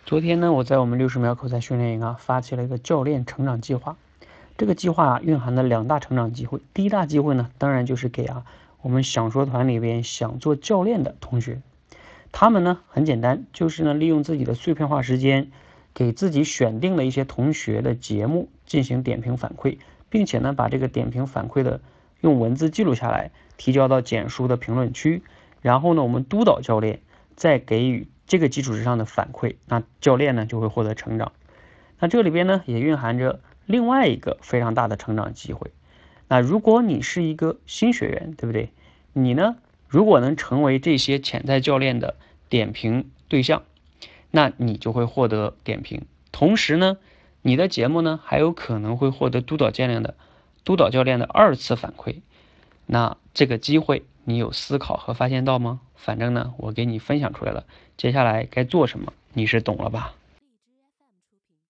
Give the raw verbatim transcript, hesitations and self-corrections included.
昨天呢，我在我们六十秒口才训练营啊，发起了一个教练成长计划。这个计划啊，蕴含了两大成长机会。第一大机会呢，当然就是给啊我们想说团里边想做教练的同学，他们呢很简单，就是呢利用自己的碎片化时间，给自己选定了一些同学的节目进行点评反馈，并且呢把这个点评反馈的用文字记录下来，提交到简书的评论区，然后呢我们督导教练再给予这个基础之上的反馈，那教练呢就会获得成长。那这里边呢也蕴含着另外一个非常大的成长机会。那如果你是一个新学员，对不对？你呢如果能成为这些潜在教练的点评对象，那你就会获得点评。同时呢，你的节目呢还有可能会获得督导教练的督导教练的二次反馈。那这个机会你有思考和发现到吗？反正呢，我给你分享出来了，接下来该做什么，你是懂了吧？